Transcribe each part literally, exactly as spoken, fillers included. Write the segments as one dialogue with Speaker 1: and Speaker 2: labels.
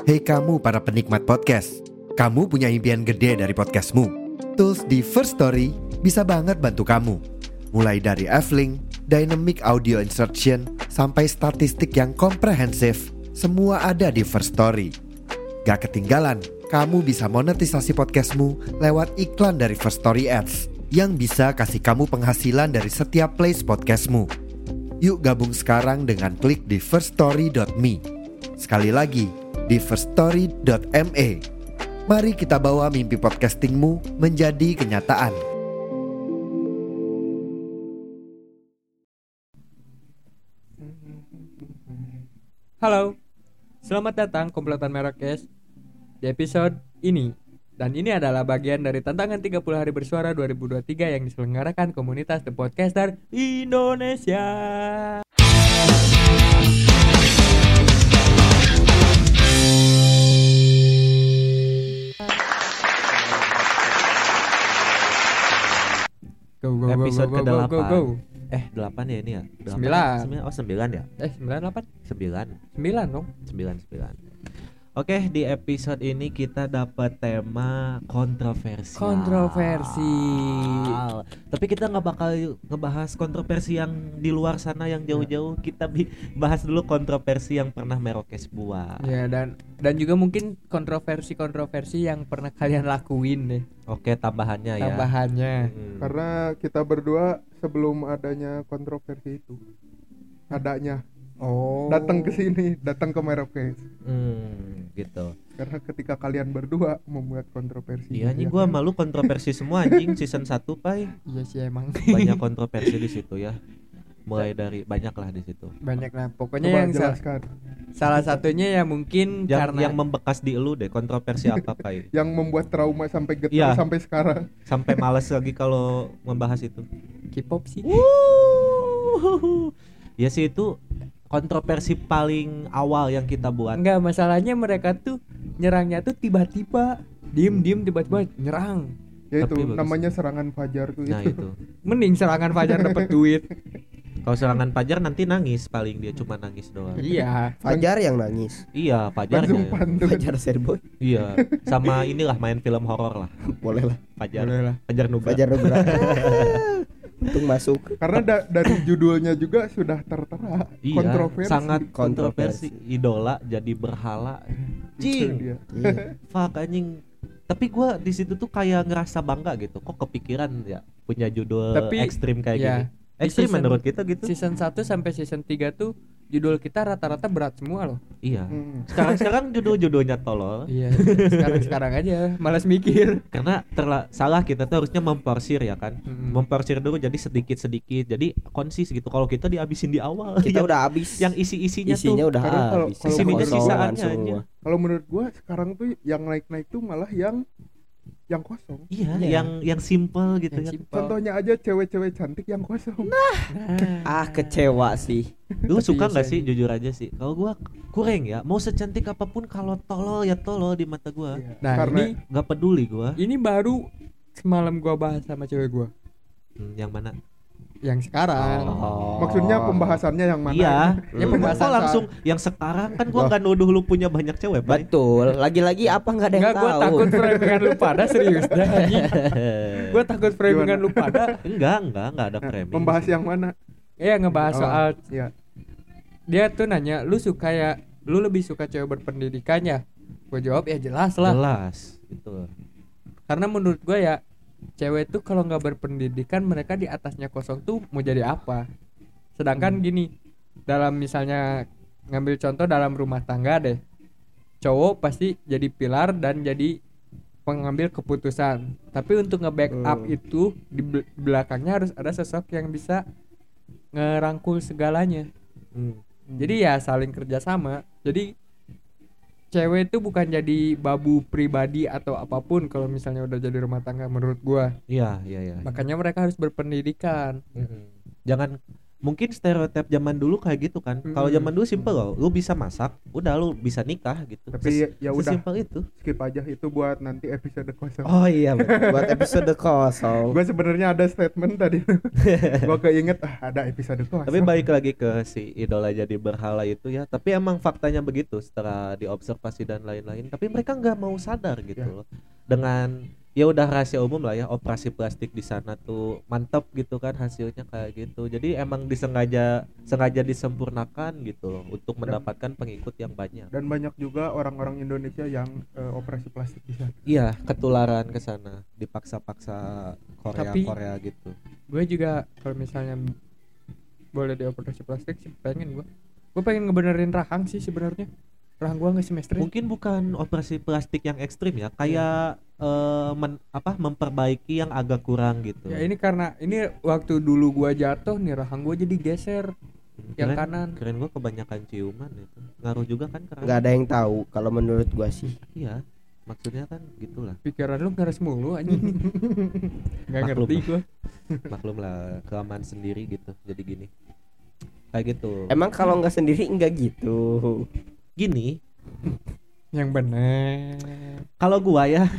Speaker 1: Hei kamu para penikmat podcast, kamu punya impian gede dari podcastmu. Tools di First Story bisa banget bantu kamu. Mulai dari F-Link, Dynamic Audio Insertion, sampai statistik yang komprehensif, semua ada di First Story. Gak ketinggalan, kamu bisa monetisasi podcastmu lewat iklan dari First Story Ads yang bisa kasih kamu penghasilan dari setiap plays podcastmu. Yuk gabung sekarang dengan klik di first story dot me. Sekali lagi, di first story dot me. Mari kita bawa mimpi podcastingmu menjadi kenyataan.
Speaker 2: Halo, selamat datang Komplotan Merokes di episode ini. Dan ini adalah bagian dari tantangan tiga puluh hari bersuara dua ribu dua puluh tiga yang diselenggarakan komunitas The Podcaster Indonesia. Go, go,
Speaker 3: Episode
Speaker 2: go, go,
Speaker 3: kedelapan.
Speaker 2: go, go, go.
Speaker 3: Eh delapan ya ini ya? Delapan.
Speaker 2: Sembilan.
Speaker 3: Sembilan. Oh sembilan ya?
Speaker 2: Eh, sembilan delapan?
Speaker 3: Sembilan.
Speaker 2: Sembilan dong.
Speaker 3: Sembilan sembilan. Oke, di episode ini kita dapat tema kontroversi.
Speaker 2: Kontroversi.
Speaker 3: Tapi kita nggak bakal ngebahas kontroversi yang di luar sana yang jauh-jauh. Kita bi- bahas dulu kontroversi yang pernah Merokes buat.
Speaker 2: Ya, dan dan juga mungkin kontroversi-kontroversi yang pernah kalian lakuin deh.
Speaker 3: Oke, tambahannya ya.
Speaker 2: Tambahannya.
Speaker 3: Hmm.
Speaker 4: Karena kita berdua sebelum adanya kontroversi itu, adanya
Speaker 2: Oh.
Speaker 4: datang ke sini, datang ke Merokes.
Speaker 3: Hmm, gitu.
Speaker 4: Karena ketika kalian berdua membuat kontroversi.
Speaker 3: Iya,
Speaker 4: ya
Speaker 3: anjing gua
Speaker 4: kan?
Speaker 3: malu kontroversi semua anjing season satu, Pai.
Speaker 2: Iya sih emang.
Speaker 3: Banyak kontroversi di situ ya. Mulai dari banyak lah di situ.
Speaker 2: Banyak lah. Pokoknya
Speaker 4: Coba
Speaker 2: yang sa-
Speaker 4: jelaskan.
Speaker 2: salah satunya ya mungkin
Speaker 3: Yang
Speaker 2: karena
Speaker 3: yang membekas di elu deh, kontroversi apa, Pai?
Speaker 4: Yang membuat trauma sampai getar
Speaker 3: Iya.
Speaker 4: sampai sekarang.
Speaker 3: Sampai malas lagi kalau membahas itu.
Speaker 2: K-pop sih.
Speaker 3: Wuh. Ya sih itu kontroversi paling awal yang kita buat.
Speaker 2: Enggak, masalahnya mereka tuh nyerangnya tuh tiba-tiba, diem-diem tiba-tiba nyerang.
Speaker 4: Ya itu
Speaker 3: Tapi bagus.
Speaker 4: namanya serangan fajar tuh
Speaker 3: Nah
Speaker 4: itu.
Speaker 3: itu.
Speaker 2: Mending serangan Fajar dapat duit.
Speaker 3: Kalau serangan Fajar nanti nangis, paling dia cuma nangis doang.
Speaker 2: Iya.
Speaker 5: Fajar yang nangis.
Speaker 3: Iya, Fajar
Speaker 4: Langsung
Speaker 3: ya.
Speaker 4: pantun.
Speaker 5: Fajar Serboy.
Speaker 3: Iya, sama inilah main film horor lah.
Speaker 5: Boleh lah.
Speaker 3: Fajar.
Speaker 2: Boleh lah.
Speaker 3: Fajar Nugra.
Speaker 5: Fajar Nugra. Untung masuk.
Speaker 4: Karena da- dari judulnya juga sudah tertera
Speaker 3: Iya,
Speaker 4: kontroversi.
Speaker 3: sangat
Speaker 5: Kontroversi.
Speaker 3: kontroversi. Idola jadi berhala.
Speaker 4: Itu
Speaker 3: Cing.
Speaker 4: dia.
Speaker 5: Iya.
Speaker 3: Fuck anjing. Tapi gue di situ tuh kayak ngerasa bangga gitu. Kok kepikiran ya punya judul
Speaker 2: Tapi,
Speaker 3: ekstrim kayak
Speaker 2: ya,
Speaker 3: gini.
Speaker 2: di
Speaker 3: Ekstrim
Speaker 2: season-
Speaker 3: menurut kita gitu.
Speaker 2: Season satu sampai season tiga tuh judul kita rata-rata berat semua loh.
Speaker 3: Iya.
Speaker 4: Hmm.
Speaker 3: Sekarang-sekarang judul-judulnya tolol.
Speaker 2: Iya. Sekarang-sekarang aja malas mikir.
Speaker 3: Karena terla- salah kita tuh harusnya memporsir ya kan.
Speaker 2: Mm-mm.
Speaker 3: Memporsir dulu jadi sedikit-sedikit. Jadi konsis gitu. Kalau kita dihabisin di awal.
Speaker 5: Kita
Speaker 3: yang,
Speaker 5: udah habis.
Speaker 3: yang isi-isinya
Speaker 5: Isinya
Speaker 3: tuh.
Speaker 5: udah
Speaker 4: Karena kalau-
Speaker 5: habis.
Speaker 4: kalau
Speaker 3: Sininya
Speaker 4: kosongan
Speaker 3: sisaannya
Speaker 5: semua.
Speaker 3: aja.
Speaker 4: Kalau menurut gua sekarang tuh yang naik-naik tuh malah yang yang kosong.
Speaker 3: Iya,
Speaker 2: Iya.
Speaker 3: yang yang simple gitu
Speaker 2: Yang
Speaker 3: ya.
Speaker 2: simple.
Speaker 4: Contohnya aja cewek-cewek cantik yang kosong.
Speaker 5: Ah, kecewa sih.
Speaker 3: Lu suka
Speaker 2: Tapi
Speaker 3: nggak
Speaker 2: iya
Speaker 3: sih
Speaker 2: sih.
Speaker 3: jujur aja sih. Kalau gua kurang ya. Mau secantik apapun kalau tolol ya tolol di mata gua.
Speaker 4: Iya.
Speaker 2: Nah,
Speaker 4: Karena
Speaker 2: ini
Speaker 3: Gak peduli gua.
Speaker 2: ini baru semalam gua bahas sama cewek gua
Speaker 3: Hmm, yang mana?
Speaker 2: yang sekarang.
Speaker 5: Oh.
Speaker 4: maksudnya pembahasannya yang mana?
Speaker 3: Iya.
Speaker 2: Ya,
Speaker 3: Lu
Speaker 2: pembahasan
Speaker 3: kok langsung
Speaker 2: soal-
Speaker 3: yang sekarang kan gua
Speaker 5: Loh.
Speaker 3: nggak nuduh lu punya banyak cewek, Pak.
Speaker 5: Betul. Lagi-lagi apa nggak ada yang
Speaker 2: Enggak, gua
Speaker 5: tahu.
Speaker 2: takut framingan lu pada serius dah. anjing. Gua takut framingan lu pada.
Speaker 3: enggak, enggak, enggak ada
Speaker 4: Nah,
Speaker 3: framing.
Speaker 4: membahas yang mana?
Speaker 2: Iya, ngebahas
Speaker 4: Oh,
Speaker 2: soal
Speaker 4: Iya.
Speaker 2: dia tuh nanya, "Lu suka ya, lu lebih suka cewek berpendidikan ya?" Gua jawab, "Ya jelas lah."
Speaker 3: Jelas, gitu.
Speaker 2: Karena menurut gua ya cewek tuh kalau nggak berpendidikan mereka di atasnya kosong tuh mau jadi apa? Sedangkan gini, dalam misalnya ngambil contoh dalam rumah tangga deh, cowok pasti jadi pilar dan jadi pengambil keputusan. Tapi untuk nge-backup
Speaker 5: Hmm.
Speaker 2: itu di bel- belakangnya harus ada sosok yang bisa ngerangkul segalanya.
Speaker 3: Hmm.
Speaker 2: Jadi ya saling kerjasama. Jadi cewek itu bukan jadi babu pribadi atau apapun kalau misalnya udah jadi rumah tangga menurut gua.
Speaker 3: Iya, iya, iya.
Speaker 2: Makanya mereka harus berpendidikan.
Speaker 3: Mm-mm. Jangan mungkin stereotip zaman dulu kayak gitu kan. Kalau
Speaker 2: Hmm.
Speaker 3: zaman dulu simple loh, lu bisa masak, udah lu bisa nikah gitu.
Speaker 4: Tapi
Speaker 3: Ses-
Speaker 4: ya udah.
Speaker 3: sesimpel itu.
Speaker 4: Skip aja itu buat nanti episode kosong.
Speaker 5: Oh iya, betul. Buat episode kosong.
Speaker 4: Gue sebenarnya ada statement tadi. Gue keinget ah ada episode kosong.
Speaker 3: Tapi balik lagi ke si idola jadi berhala itu ya. Tapi emang faktanya begitu setelah diobservasi dan lain-lain. Tapi mereka nggak mau sadar gitu
Speaker 4: Ya.
Speaker 3: loh. Dengan ya udah rahasia umum lah ya, operasi plastik di sana tuh mantap gitu kan hasilnya kayak gitu. Jadi emang disengaja sengaja disempurnakan gitu loh untuk mendapatkan pengikut yang banyak.
Speaker 4: Dan banyak juga orang-orang Indonesia yang eh, operasi plastik di sana.
Speaker 3: Iya, ketularan ke sana, dipaksa-paksa Korea
Speaker 2: Tapi-
Speaker 3: Korea gitu.
Speaker 2: Gue juga kalau misalnya boleh dioperasi plastik sih pengen gue. Gue pengen ngebenerin rahang sih sebenarnya. Rahang gue nggak semester.
Speaker 3: Mungkin bukan operasi plastik yang ekstrim ya, kayak eh, men- apa memperbaiki yang agak kurang gitu.
Speaker 2: Ya ini karena ini waktu dulu gua jatuh nih rahang gua jadi geser yang
Speaker 3: Keren-
Speaker 2: kanan.
Speaker 3: Keren gua kebanyakan ciuman itu. Ngaruh juga kan karena
Speaker 5: Nggak ada yang tahu kalau menurut gua sih.
Speaker 3: iya. Maksudnya kan gitulah.
Speaker 2: Pikiran lu ngeres mulu anjing. Nggak
Speaker 3: Maklum
Speaker 2: ngerti
Speaker 3: lah.
Speaker 2: gua.
Speaker 3: Maklum lah kelamaan sendiri gitu. Jadi gini. Kayak gitu.
Speaker 5: Emang kalau nggak sendiri nggak gitu.
Speaker 3: Gini,
Speaker 2: Yang bener.
Speaker 3: kalau gua ya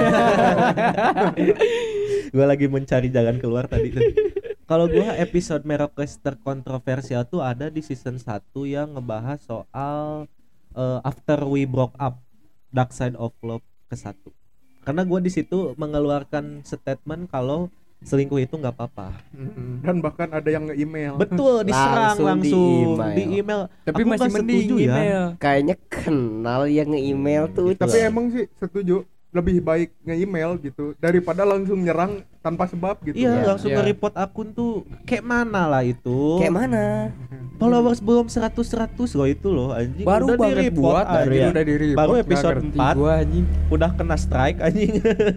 Speaker 3: gua lagi mencari jalan keluar tadi. Kalau gua episode Merokes terkontroversial tuh ada di season satu yang ngebahas soal eh, After We Broke Up, Dark Side of Love ke satu. Karena gua di situ mengeluarkan statement kalau selingkuh itu nggak apa-apa.
Speaker 2: Mm-mm.
Speaker 4: Dan bahkan ada yang nge-email.
Speaker 3: Betul, diserang
Speaker 5: Langsung
Speaker 3: langsung,
Speaker 5: di-email.
Speaker 3: di email.
Speaker 2: Tapi
Speaker 3: Aku
Speaker 2: masih
Speaker 3: nggak
Speaker 2: mending
Speaker 3: setuju ya.
Speaker 2: email.
Speaker 5: Kayaknya kenal yang nge-email tuh.
Speaker 4: Tapi
Speaker 5: lah.
Speaker 4: emang sih setuju, lebih baik nge-email gitu daripada langsung nyerang tanpa sebab gitu.
Speaker 3: Iya,
Speaker 5: Ya,
Speaker 3: langsung
Speaker 2: ya.
Speaker 3: nge-report akun tuh kayak mana lah itu.
Speaker 5: Kayak mana?
Speaker 3: Followers belum seratus seratus loh itu loh anjing.
Speaker 2: Baru
Speaker 3: Udah
Speaker 2: banget
Speaker 3: di-report,
Speaker 2: buat
Speaker 3: anjing.
Speaker 2: anjing udah di report.
Speaker 3: Baru episode empat.
Speaker 2: Gua anjing.
Speaker 3: Udah kena strike anjing.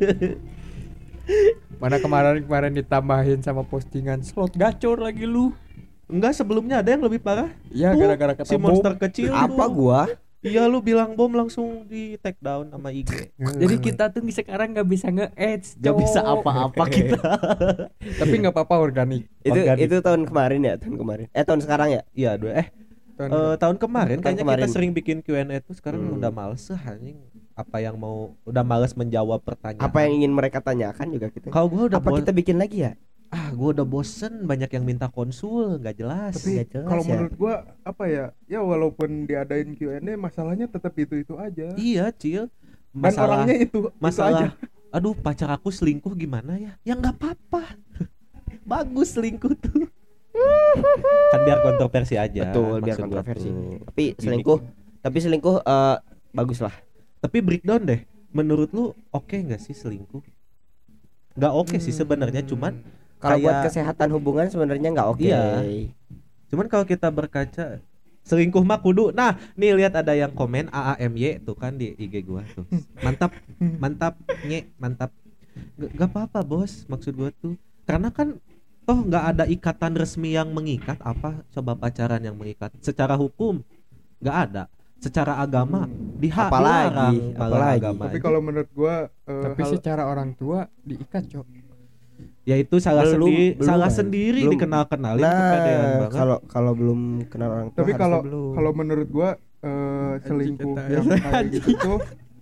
Speaker 2: Mana kemarin-kemarin ditambahin sama postingan slot gacor lagi lu.
Speaker 3: Enggak, sebelumnya ada yang lebih parah.
Speaker 2: Ya
Speaker 3: Tuh,
Speaker 2: gara-gara kata
Speaker 3: si monster kecil
Speaker 5: Apa
Speaker 3: tuh.
Speaker 5: gua?
Speaker 3: Iya, lu bilang bom langsung di take down sama I G.
Speaker 2: Jadi kita tuh sekarang nggak bisa nge-edge,
Speaker 3: Gak bisa apa-apa kita.
Speaker 2: Tapi nggak apa-apa organik.
Speaker 5: Itu
Speaker 3: Organik.
Speaker 5: itu tahun kemarin ya, tahun kemarin. Eh tahun sekarang ya?
Speaker 3: Iya, dua eh
Speaker 2: Tahun
Speaker 3: eh, tahun kemarin
Speaker 5: Tahun
Speaker 3: kayaknya
Speaker 5: kemarin.
Speaker 3: kita sering bikin Q and A tuh sekarang
Speaker 5: Hmm.
Speaker 3: udah males ah, anjing. Apa yang mau udah males menjawab pertanyaan.
Speaker 5: Apa yang ingin mereka tanyakan juga kita.
Speaker 3: Kalau gua udah
Speaker 5: Apa
Speaker 3: bo-
Speaker 5: kita bikin lagi ya?
Speaker 3: ah gua udah bosen banyak yang minta konsul nggak jelas.
Speaker 4: Tapi
Speaker 5: Nggak jelas
Speaker 4: kalau
Speaker 5: ya.
Speaker 4: menurut gua apa ya? Ya walaupun diadain Q and A masalahnya tetap itu-itu aja.
Speaker 3: Iya, Cil.
Speaker 4: Dan
Speaker 3: Masalah
Speaker 4: orangnya itu, itu aja.
Speaker 3: masalah aduh pacar aku selingkuh gimana ya? Ya nggak apa-apa. Bagus selingkuh tuh. Kan biar kontroversi aja.
Speaker 5: Betul, biar
Speaker 3: maksud gua
Speaker 5: kontroversi.
Speaker 3: tuh.
Speaker 5: Tapi selingkuh, tapi selingkuh eh, bagus lah.
Speaker 3: Tapi breakdown deh. Menurut lu oke nggak sih selingkuh? Nggak oke sih sebenarnya, cuman
Speaker 5: Kalau buat
Speaker 3: kayak-
Speaker 5: kesehatan hubungan sebenarnya nggak oke.
Speaker 3: Iya. cuman kalau kita berkaca selingkuh mah kudu. Nah, nih lihat ada yang komen A A M Y tuh kan di I G gua tuh. Mantap, mantap, nye, mantap. G- Gak apa-apa, Bos. Maksud gua tuh karena kan toh nggak ada ikatan resmi yang mengikat. Apa coba pacaran yang mengikat secara hukum? Nggak ada. Secara agama diha-
Speaker 5: Apalagi,
Speaker 3: dilarang malah
Speaker 5: apalagi.
Speaker 3: agama.
Speaker 4: Tapi kalau menurut gua eh,
Speaker 2: Tapi
Speaker 4: hal-
Speaker 2: secara orang tua diikat, Cok.
Speaker 3: ya itu salah
Speaker 5: Belum-
Speaker 3: sendiri,
Speaker 5: belum
Speaker 3: salah
Speaker 5: kan?
Speaker 3: sendiri
Speaker 5: Belum.
Speaker 3: dikenal-kenalin kepedean
Speaker 5: Nah,
Speaker 3: banget.
Speaker 5: kalau kalau belum kenal orang tua
Speaker 4: tapi
Speaker 5: harusnya
Speaker 4: kalau
Speaker 5: belum.
Speaker 4: kalau menurut gua eh, selingkuh
Speaker 2: kita
Speaker 4: yang
Speaker 2: ya.
Speaker 4: kayak gitu tuh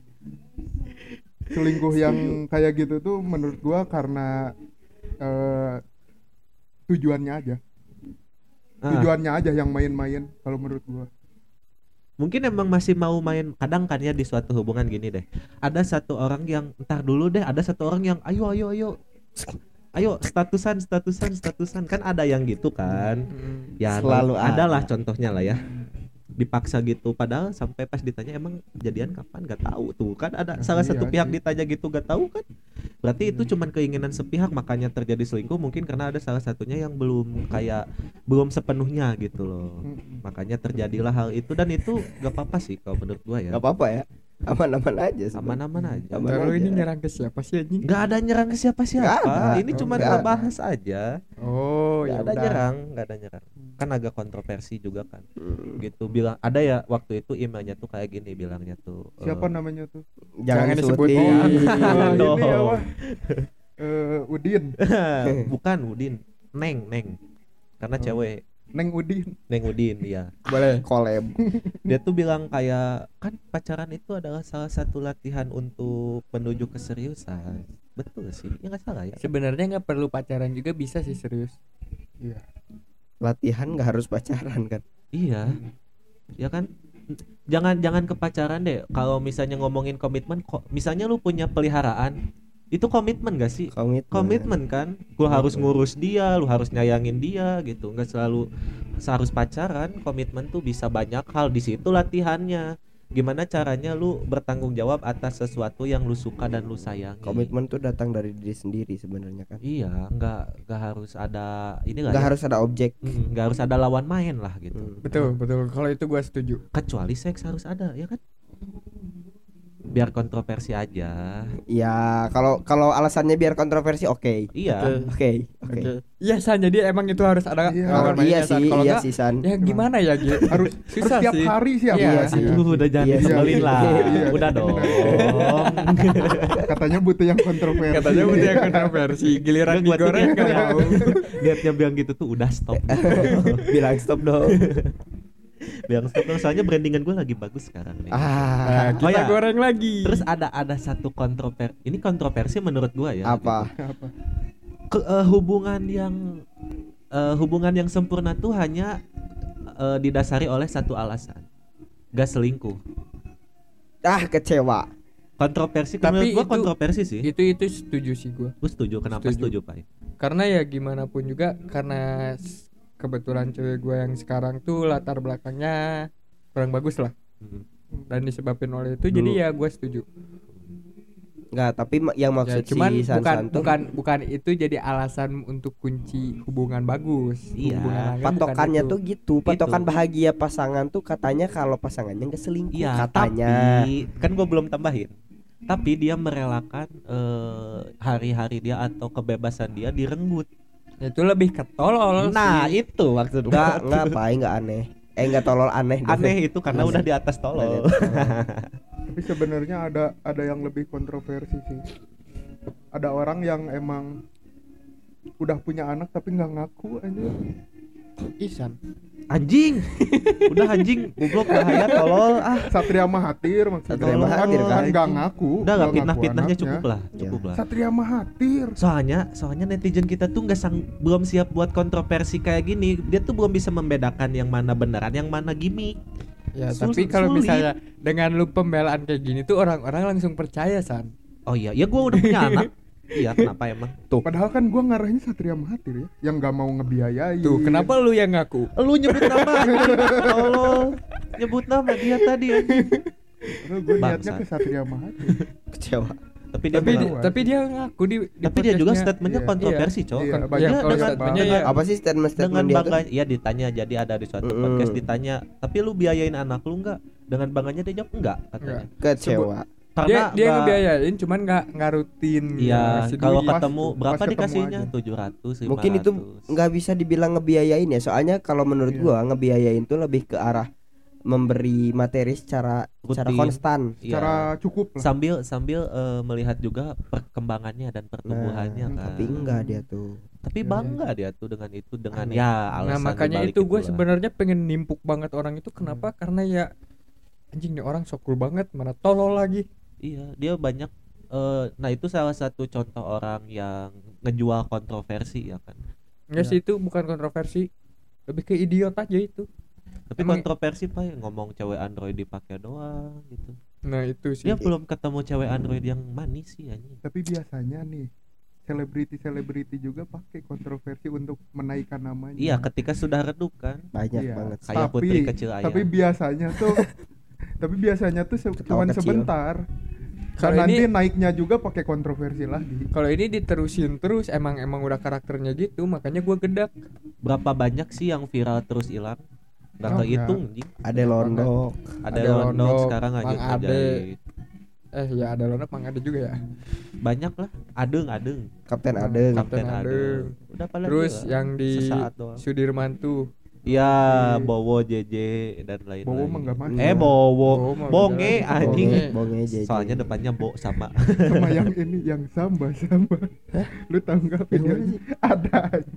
Speaker 4: selingkuh yang kayak gitu tuh menurut gua karena eh, tujuannya aja
Speaker 3: Ah.
Speaker 4: tujuannya aja yang main-main kalau menurut gua.
Speaker 3: Mungkin emang masih mau main. Kadang kan ya di suatu hubungan gini deh, ada satu orang yang entar dulu deh, ada satu orang yang ayo ayo ayo ayo statusan statusan statusan kan ada yang gitu kan. Ya
Speaker 5: Selalu
Speaker 3: ada
Speaker 5: ada.
Speaker 3: lah contohnya lah ya, dipaksa gitu padahal sampai pas ditanya emang jadian kapan gak tahu tuh kan ada salah
Speaker 4: Iya
Speaker 3: satu pihak
Speaker 4: sih.
Speaker 3: ditanya gitu gak tahu kan, berarti itu cuman keinginan sepihak makanya terjadi selingkuh. Mungkin karena ada salah satunya yang belum kayak belum sepenuhnya gitu loh,
Speaker 4: Mm-mm.
Speaker 3: makanya terjadilah hal itu. Dan itu gak apa-apa sih kalau menurut gua ya,
Speaker 5: nggak apa-apa ya, aman-aman aja sebenarnya.
Speaker 3: aman-aman aja.
Speaker 5: Aman
Speaker 2: Lalu
Speaker 5: aja.
Speaker 2: ini nyerang ke siapa sih anjing?
Speaker 3: Nggak ada nyerang ke
Speaker 5: Nggak
Speaker 3: siapa-siapa,
Speaker 5: ada.
Speaker 3: ini
Speaker 2: Oh,
Speaker 3: cuma
Speaker 2: nggak
Speaker 3: ngebahas aja.
Speaker 2: Oh,
Speaker 3: Nggak
Speaker 2: ya
Speaker 3: ada
Speaker 2: udah.
Speaker 3: nyerang, nggak ada nyerang. Kan agak kontroversi juga kan.
Speaker 5: Hmm.
Speaker 3: Gitu bilang ada ya waktu itu emailnya tuh kayak gini bilangnya tuh. eh,
Speaker 4: Siapa namanya tuh?
Speaker 5: Jangan
Speaker 2: Jangan
Speaker 5: disebutin.
Speaker 2: disebutin.
Speaker 4: Ah,
Speaker 3: dong.
Speaker 4: ini apa? Eh, Udin.
Speaker 3: bukan Udin, Neng, Neng. Karena
Speaker 4: Oh.
Speaker 3: cewek.
Speaker 4: Neng Udin.
Speaker 3: Neng Udin ya.
Speaker 2: Boleh.
Speaker 5: Collab.
Speaker 3: Dia tuh bilang kayak kan pacaran itu adalah salah satu latihan untuk menuju keseriusan. Betul sih, ya nggak salah ya.
Speaker 2: Sebenarnya nggak perlu pacaran juga bisa sih serius.
Speaker 4: Iya.
Speaker 5: Latihan nggak harus pacaran kan?
Speaker 3: Iya, ya kan. Jangan jangan ke pacaran deh. Kalau misalnya ngomongin komitmen, kok misalnya lu punya peliharaan, itu komitmen gak sih?
Speaker 5: Komitmen.
Speaker 3: Komitmen kan. Lu harus ngurus dia, lu harus nyayangin dia gitu. Nggak selalu harus pacaran. Komitmen tuh bisa banyak hal, di situ latihannya. Gimana caranya lu bertanggung jawab atas sesuatu yang lu suka dan lu sayangi.
Speaker 5: Komitmen tuh datang dari diri sendiri sebenarnya kan.
Speaker 3: Iya, nggak nggak harus ada ini lah
Speaker 5: Nggak
Speaker 3: ya.
Speaker 5: harus ada objek.
Speaker 3: Mm, nggak harus ada lawan main lah gitu.
Speaker 5: Hmm.
Speaker 2: Betul, betul. Kalau itu gua setuju.
Speaker 3: Kecuali seks harus ada, ya kan? Biar kontroversi aja.
Speaker 5: Ya kalau kalau alasannya biar kontroversi oke.
Speaker 3: Iya.
Speaker 5: Oke, oke.
Speaker 2: Iya San, jadi emang itu harus ada
Speaker 4: Iya.
Speaker 2: lawan
Speaker 5: Iya
Speaker 2: mainnya, San.
Speaker 5: sih,
Speaker 2: Kalau
Speaker 5: iya
Speaker 2: nggak,
Speaker 5: sih San.
Speaker 2: ya gimana ya gitu.
Speaker 4: Harus
Speaker 2: Susah
Speaker 4: harus tiap
Speaker 2: sih.
Speaker 4: hari sih
Speaker 2: Iya
Speaker 4: apa?
Speaker 2: sih.
Speaker 3: Aduh, udah jangan
Speaker 5: Iya sih.
Speaker 3: disebelin lah.
Speaker 4: Iya.
Speaker 3: Udah dong.
Speaker 4: Katanya butuh yang kontroversi.
Speaker 2: Katanya udah yang kontroversi, giliran
Speaker 3: Nggak, gua tuh
Speaker 2: digoreng
Speaker 3: niat-
Speaker 2: nggak mau.
Speaker 3: Niatnya bilang gitu tuh udah stop.
Speaker 5: Bilang stop dong.
Speaker 3: Bilang stop dong, soalnya brandingan gue lagi bagus sekarang nih.
Speaker 2: Nah,
Speaker 5: Ah,
Speaker 2: kita
Speaker 3: Oh ya.
Speaker 2: goreng lagi.
Speaker 3: Terus ada ada satu kontroversi. Ini kontroversi menurut gue ya.
Speaker 5: apa?
Speaker 4: Apa?
Speaker 3: Ke, eh, hubungan yang eh, hubungan yang sempurna tuh hanya eh, didasari oleh satu alasan. Gak selingkuh.
Speaker 5: Ah, kecewa.
Speaker 3: Kontroversi,
Speaker 2: Tapi
Speaker 3: menurut gua
Speaker 2: itu-
Speaker 3: kontroversi sih.
Speaker 2: Itu itu setuju sih gua.
Speaker 3: Gue setuju. Kenapa
Speaker 2: Setuju.
Speaker 3: setuju, Pak?
Speaker 2: Karena ya gimana pun juga karena s- kebetulan cewek gue yang sekarang tuh latar belakangnya kurang bagus lah
Speaker 3: Hmm.
Speaker 2: dan disebabkan oleh itu.
Speaker 3: Dulu.
Speaker 2: Jadi ya gue setuju.
Speaker 5: Enggak, tapi ma- yang
Speaker 2: Ya,
Speaker 5: maksud
Speaker 2: cuman
Speaker 5: si San
Speaker 2: bukan
Speaker 5: San tuh
Speaker 2: bukan bukan itu jadi alasan untuk kunci hubungan bagus.
Speaker 3: Iya,
Speaker 2: Hubungan langgeng bukan
Speaker 5: patokannya
Speaker 2: itu.
Speaker 5: tuh gitu. Patokan
Speaker 3: Itu.
Speaker 5: bahagia pasangan tuh katanya kalau pasangannya enggak selingkuh
Speaker 3: Iya,
Speaker 5: katanya.
Speaker 3: tapi kan gue belum tambahin. Tapi dia merelakan eh, hari-hari dia atau kebebasan dia direnggut.
Speaker 2: itu lebih ketolol
Speaker 3: Nah,
Speaker 2: sih.
Speaker 3: itu maksud
Speaker 5: Enggak,
Speaker 3: gua.
Speaker 5: enggak apa enggak aneh. Eh enggak tolol aneh. deh.
Speaker 3: Aneh itu karena
Speaker 5: Aneh.
Speaker 3: udah di atas tolol.
Speaker 4: Tapi sebenarnya ada ada yang lebih kontroversi sih. Ada orang yang emang udah punya anak tapi nggak ngaku aja.
Speaker 2: Isan.
Speaker 3: Anjing. Udah anjing, goblok bahaya tolol. Ah,
Speaker 4: Satria Mahathir maksudnya.
Speaker 5: Satria Mahathir,
Speaker 4: kan
Speaker 5: kan?
Speaker 4: nggak ngaku.
Speaker 3: udah enggak
Speaker 4: nggak ngaku
Speaker 3: fitnah-fitnahnya
Speaker 4: anaknya.
Speaker 3: cukup lah,
Speaker 5: Ya.
Speaker 3: cukup lah.
Speaker 4: Satria Mahathir.
Speaker 3: Soalnya, soalnya netizen kita tuh nggak sang belum siap buat kontroversi kayak gini. Dia tuh belum bisa membedakan yang mana beneran, yang mana gimmick.
Speaker 2: Ya,
Speaker 3: Sul-
Speaker 2: tapi kalau
Speaker 3: sulit.
Speaker 2: misalnya dengan lu pembelaan kayak gini tuh orang-orang langsung percaya, San.
Speaker 3: Oh iya, ya gua udah punya anak. Iya, kenapa emang?
Speaker 4: Padahal kan gua ngarahin Satria Mahathir ya, yang nggak mau ngebiayain.
Speaker 2: Tuh, kenapa lu yang ngaku?
Speaker 3: Lu nyebut nama anjing, tolol. Nyebut nama dia tadi anjing.
Speaker 4: Padahal gua niatnya
Speaker 3: Bangsa.
Speaker 4: ke Satria Mahathir.
Speaker 5: Kecewa.
Speaker 3: Tapi dia
Speaker 2: Tapi di-
Speaker 3: bilang-
Speaker 2: tapi dia ngaku di, di
Speaker 3: tapi dia juga
Speaker 2: podcastnya.
Speaker 3: statementnya
Speaker 4: Iya.
Speaker 3: kontroversi, Cok.
Speaker 4: Iya,
Speaker 2: Kan-
Speaker 4: banyak
Speaker 2: ya,
Speaker 3: Dia
Speaker 2: kalau
Speaker 3: dengan-
Speaker 2: statementnya
Speaker 3: dengan-
Speaker 2: ya
Speaker 5: Apa sih statement
Speaker 3: Dengan
Speaker 5: statement dia tuh?
Speaker 3: bangga, ya ditanya, jadi ada di suatu
Speaker 5: Mm-mm.
Speaker 3: podcast ditanya, tapi lu biayain anak lu enggak? Dengan bangganya dia jawab enggak katanya.
Speaker 5: Kecewa.
Speaker 2: dia
Speaker 3: Karena
Speaker 2: dia
Speaker 3: enggak-
Speaker 2: ngebiayain cuman nggak nggak rutin
Speaker 3: Iya,
Speaker 2: ngasih
Speaker 3: kalau
Speaker 2: duit.
Speaker 4: Pas
Speaker 3: ketemu
Speaker 4: tuh,
Speaker 3: berapa
Speaker 4: pas ketemu
Speaker 3: dikasihnya?
Speaker 4: aja.
Speaker 3: tujuh ratus,
Speaker 5: Mungkin itu
Speaker 3: lima ratus.
Speaker 5: nggak bisa dibilang ngebiayain ya. Soalnya kalau menurut
Speaker 4: Iya.
Speaker 5: gua ngebiayain tuh lebih ke arah memberi materi secara secara
Speaker 3: Rutin.
Speaker 5: konstan.
Speaker 3: Iya.
Speaker 4: Secara cukup lah.
Speaker 3: sambil sambil eh, melihat juga perkembangannya dan pertumbuhannya
Speaker 5: Nah,
Speaker 3: kan.
Speaker 5: tapi enggak dia tuh.
Speaker 3: Tapi
Speaker 4: Iya,
Speaker 3: bangga dia tuh dengan itu, dengan
Speaker 5: Aneh.
Speaker 3: ya
Speaker 2: Nah
Speaker 3: alasan
Speaker 2: makanya
Speaker 3: dibalik
Speaker 2: itu gue
Speaker 3: itulah.
Speaker 2: sebenarnya pengen nimpuk banget orang itu. Kenapa? Karena ya anjing nih orang sok cool banget, mana tolol lagi.
Speaker 3: Iya, dia banyak eh, nah itu salah satu contoh orang yang ngejual kontroversi ya kan.
Speaker 2: Enggak
Speaker 4: Iya.
Speaker 2: sih, itu bukan kontroversi, lebih ke idiot aja itu.
Speaker 3: Tapi
Speaker 2: Emang-
Speaker 3: kontroversi Pak ya, ngomong cewek Android dipakai doang gitu.
Speaker 2: Nah itu sih.
Speaker 3: Dia belum ketemu cewek Android yang manis sih anjing.
Speaker 4: Tapi biasanya nih selebriti-selebriti juga pakai kontroversi untuk menaikkan namanya.
Speaker 3: Iya, ketika sudah redup kan.
Speaker 5: Banyak
Speaker 4: Iya.
Speaker 5: banget.
Speaker 3: Kayak
Speaker 4: Tapi-
Speaker 3: Putri Kecil Ayam.
Speaker 4: Tapi biasanya tuh tapi biasanya tuh se-
Speaker 5: Ketawa
Speaker 4: cuman
Speaker 5: kecil.
Speaker 4: sebentar.
Speaker 2: Kalau
Speaker 4: Dan nanti
Speaker 2: ini-
Speaker 4: naiknya juga pakai kontroversi lagi.
Speaker 2: Kalau ini diterusin terus emang emang udah karakternya gitu, makanya gue gedak.
Speaker 3: Berapa banyak sih yang viral terus hilang? Gak
Speaker 4: Oh,
Speaker 3: kehitung anjing.
Speaker 5: Ada londok.
Speaker 3: Ada,
Speaker 2: Ada
Speaker 3: London
Speaker 2: Londok,
Speaker 3: sekarang aja
Speaker 2: Mang Ade.
Speaker 3: Ajaib.
Speaker 2: Eh ya ada Londok, Mang Ade juga ya.
Speaker 3: Banyak lah. Adeng, adeng.
Speaker 5: Kapten Adeng.
Speaker 2: Kapten
Speaker 3: Kapten
Speaker 2: Adeng.
Speaker 3: Adeng. Udah pada
Speaker 2: Terus yang di
Speaker 3: sesaat doang.
Speaker 2: Sudirman tuh
Speaker 3: Ya, Bowo, J J dan lain-lain.
Speaker 4: Bowo mah nggak masuk.
Speaker 3: Eh, Bowo,
Speaker 2: Bowo mah
Speaker 3: Bonge
Speaker 2: udah.
Speaker 3: anjing.
Speaker 2: Bonge.
Speaker 5: Bonge J J.
Speaker 3: Soalnya depannya Bo sama.
Speaker 4: Sama yang ini yang samba samba. Lu tahu nggak
Speaker 5: Yang mana
Speaker 4: videonya? Ada anjing.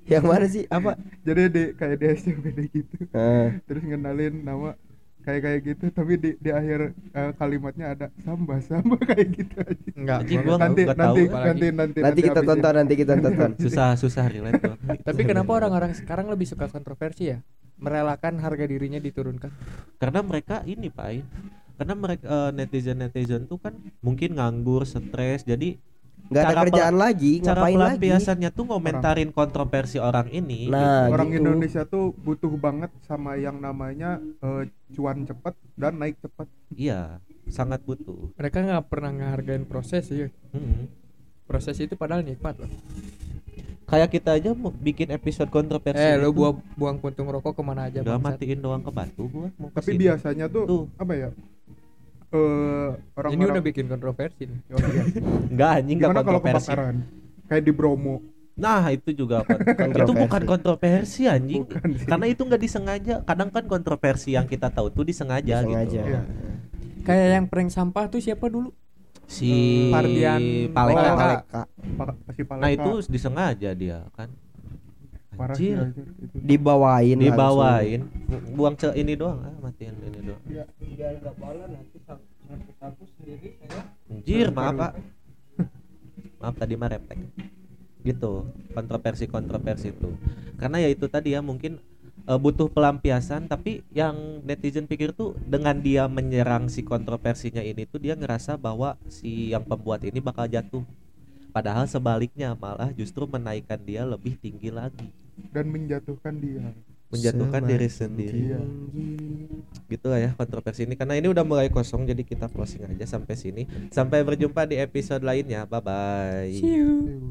Speaker 5: Yang mana sih? Apa?
Speaker 4: Jadi di kayak di S C M P D gitu.
Speaker 5: Eh,
Speaker 4: Terus ngenalin nama kayak kayak gitu, tapi di di akhir eh, kalimatnya ada samba samba kayak gitu aja.
Speaker 2: Enggak,
Speaker 3: Anjing,
Speaker 2: gua
Speaker 3: gua
Speaker 2: nggak
Speaker 4: Nanti
Speaker 3: nggak tahu
Speaker 4: nanti,
Speaker 2: apalagi.
Speaker 4: nanti nanti
Speaker 5: nanti kita
Speaker 4: habisin.
Speaker 5: tonton, nanti kita tonton.
Speaker 3: susah susah relate tuh.
Speaker 2: Tapi kenapa orang-orang sekarang lebih suka kontroversi ya? Merelakan harga dirinya diturunkan.
Speaker 3: Karena mereka ini Pak Ain. Karena mereka netizen netizen tuh kan mungkin nganggur, stres, jadi
Speaker 5: Nggak ada
Speaker 3: Cara
Speaker 5: kerjaan lagi,
Speaker 3: cara
Speaker 5: ngapain lagi?
Speaker 3: pelampiasannya tuh ngomentarin kontroversi orang ini.
Speaker 5: Nah,
Speaker 4: Orang
Speaker 5: gitu.
Speaker 4: Indonesia tuh butuh banget sama yang namanya eh, cuan cepat dan naik cepat.
Speaker 3: Iya, sangat butuh.
Speaker 2: Mereka nggak pernah ngehargain proses ya.
Speaker 3: Mm-mm.
Speaker 2: Proses itu padahal nikmat loh.
Speaker 3: Kayak kita aja mau bikin episode kontroversi.
Speaker 2: Eh, lu
Speaker 3: itu.
Speaker 2: buang buang puntung rokok kemana aja?
Speaker 3: Udah
Speaker 2: bangsat?
Speaker 3: matiin doang ke batu gua mau
Speaker 4: Tapi
Speaker 3: kesini.
Speaker 4: biasanya tuh,
Speaker 3: Tuh.
Speaker 4: apa ya? Eh orang
Speaker 2: Ini udah bikin kontroversi nih.
Speaker 4: Oh, iya.
Speaker 3: Enggak anjing enggak
Speaker 4: Gimana kalau
Speaker 3: kontroversi.
Speaker 4: kebakaran? Kayak di Bromo.
Speaker 3: Nah, itu juga kon-
Speaker 5: Kontroversi.
Speaker 3: itu bukan kontroversi anjing.
Speaker 4: Bukan sih.
Speaker 3: Karena itu nggak disengaja. Kadang kan kontroversi yang kita tahu tuh disengaja,
Speaker 5: Sengaja.
Speaker 3: gitu.
Speaker 4: Iya.
Speaker 2: Kayak yang prank sampah tuh siapa dulu?
Speaker 3: Si
Speaker 2: Pardian
Speaker 3: Paleka.
Speaker 2: Paleka.
Speaker 5: Paleka.
Speaker 4: Pa- si Paleka.
Speaker 3: Nah, itu disengaja dia kan.
Speaker 4: parah sih
Speaker 3: Anjir.
Speaker 4: anjir, itu.
Speaker 5: Dibawain langsung.
Speaker 3: Dibawain buang ce ini doang ah matiin ini doang.
Speaker 2: Biar enggak bala nanti sapu sendiri saya.
Speaker 3: Anjir, maaf Pak. Maaf tadi mah refleks. Gitu, kontroversi-kontroversi itu. Karena ya itu tadi ya mungkin eh, butuh pelampiasan, tapi yang netizen pikir tuh dengan dia menyerang si kontroversinya ini tuh dia ngerasa bahwa si yang pembuat ini bakal jatuh. Padahal sebaliknya malah justru menaikkan dia lebih tinggi lagi,
Speaker 4: Dan menjatuhkan dia.
Speaker 3: menjatuhkan diri
Speaker 5: Semakin
Speaker 3: sendiri.
Speaker 4: Iya.
Speaker 3: Gitu lah ya kontroversi ini, karena ini udah mulai kosong jadi kita closing aja sampai sini. Sampai berjumpa di episode lainnya. Bye bye.
Speaker 2: See you.
Speaker 4: Aduh.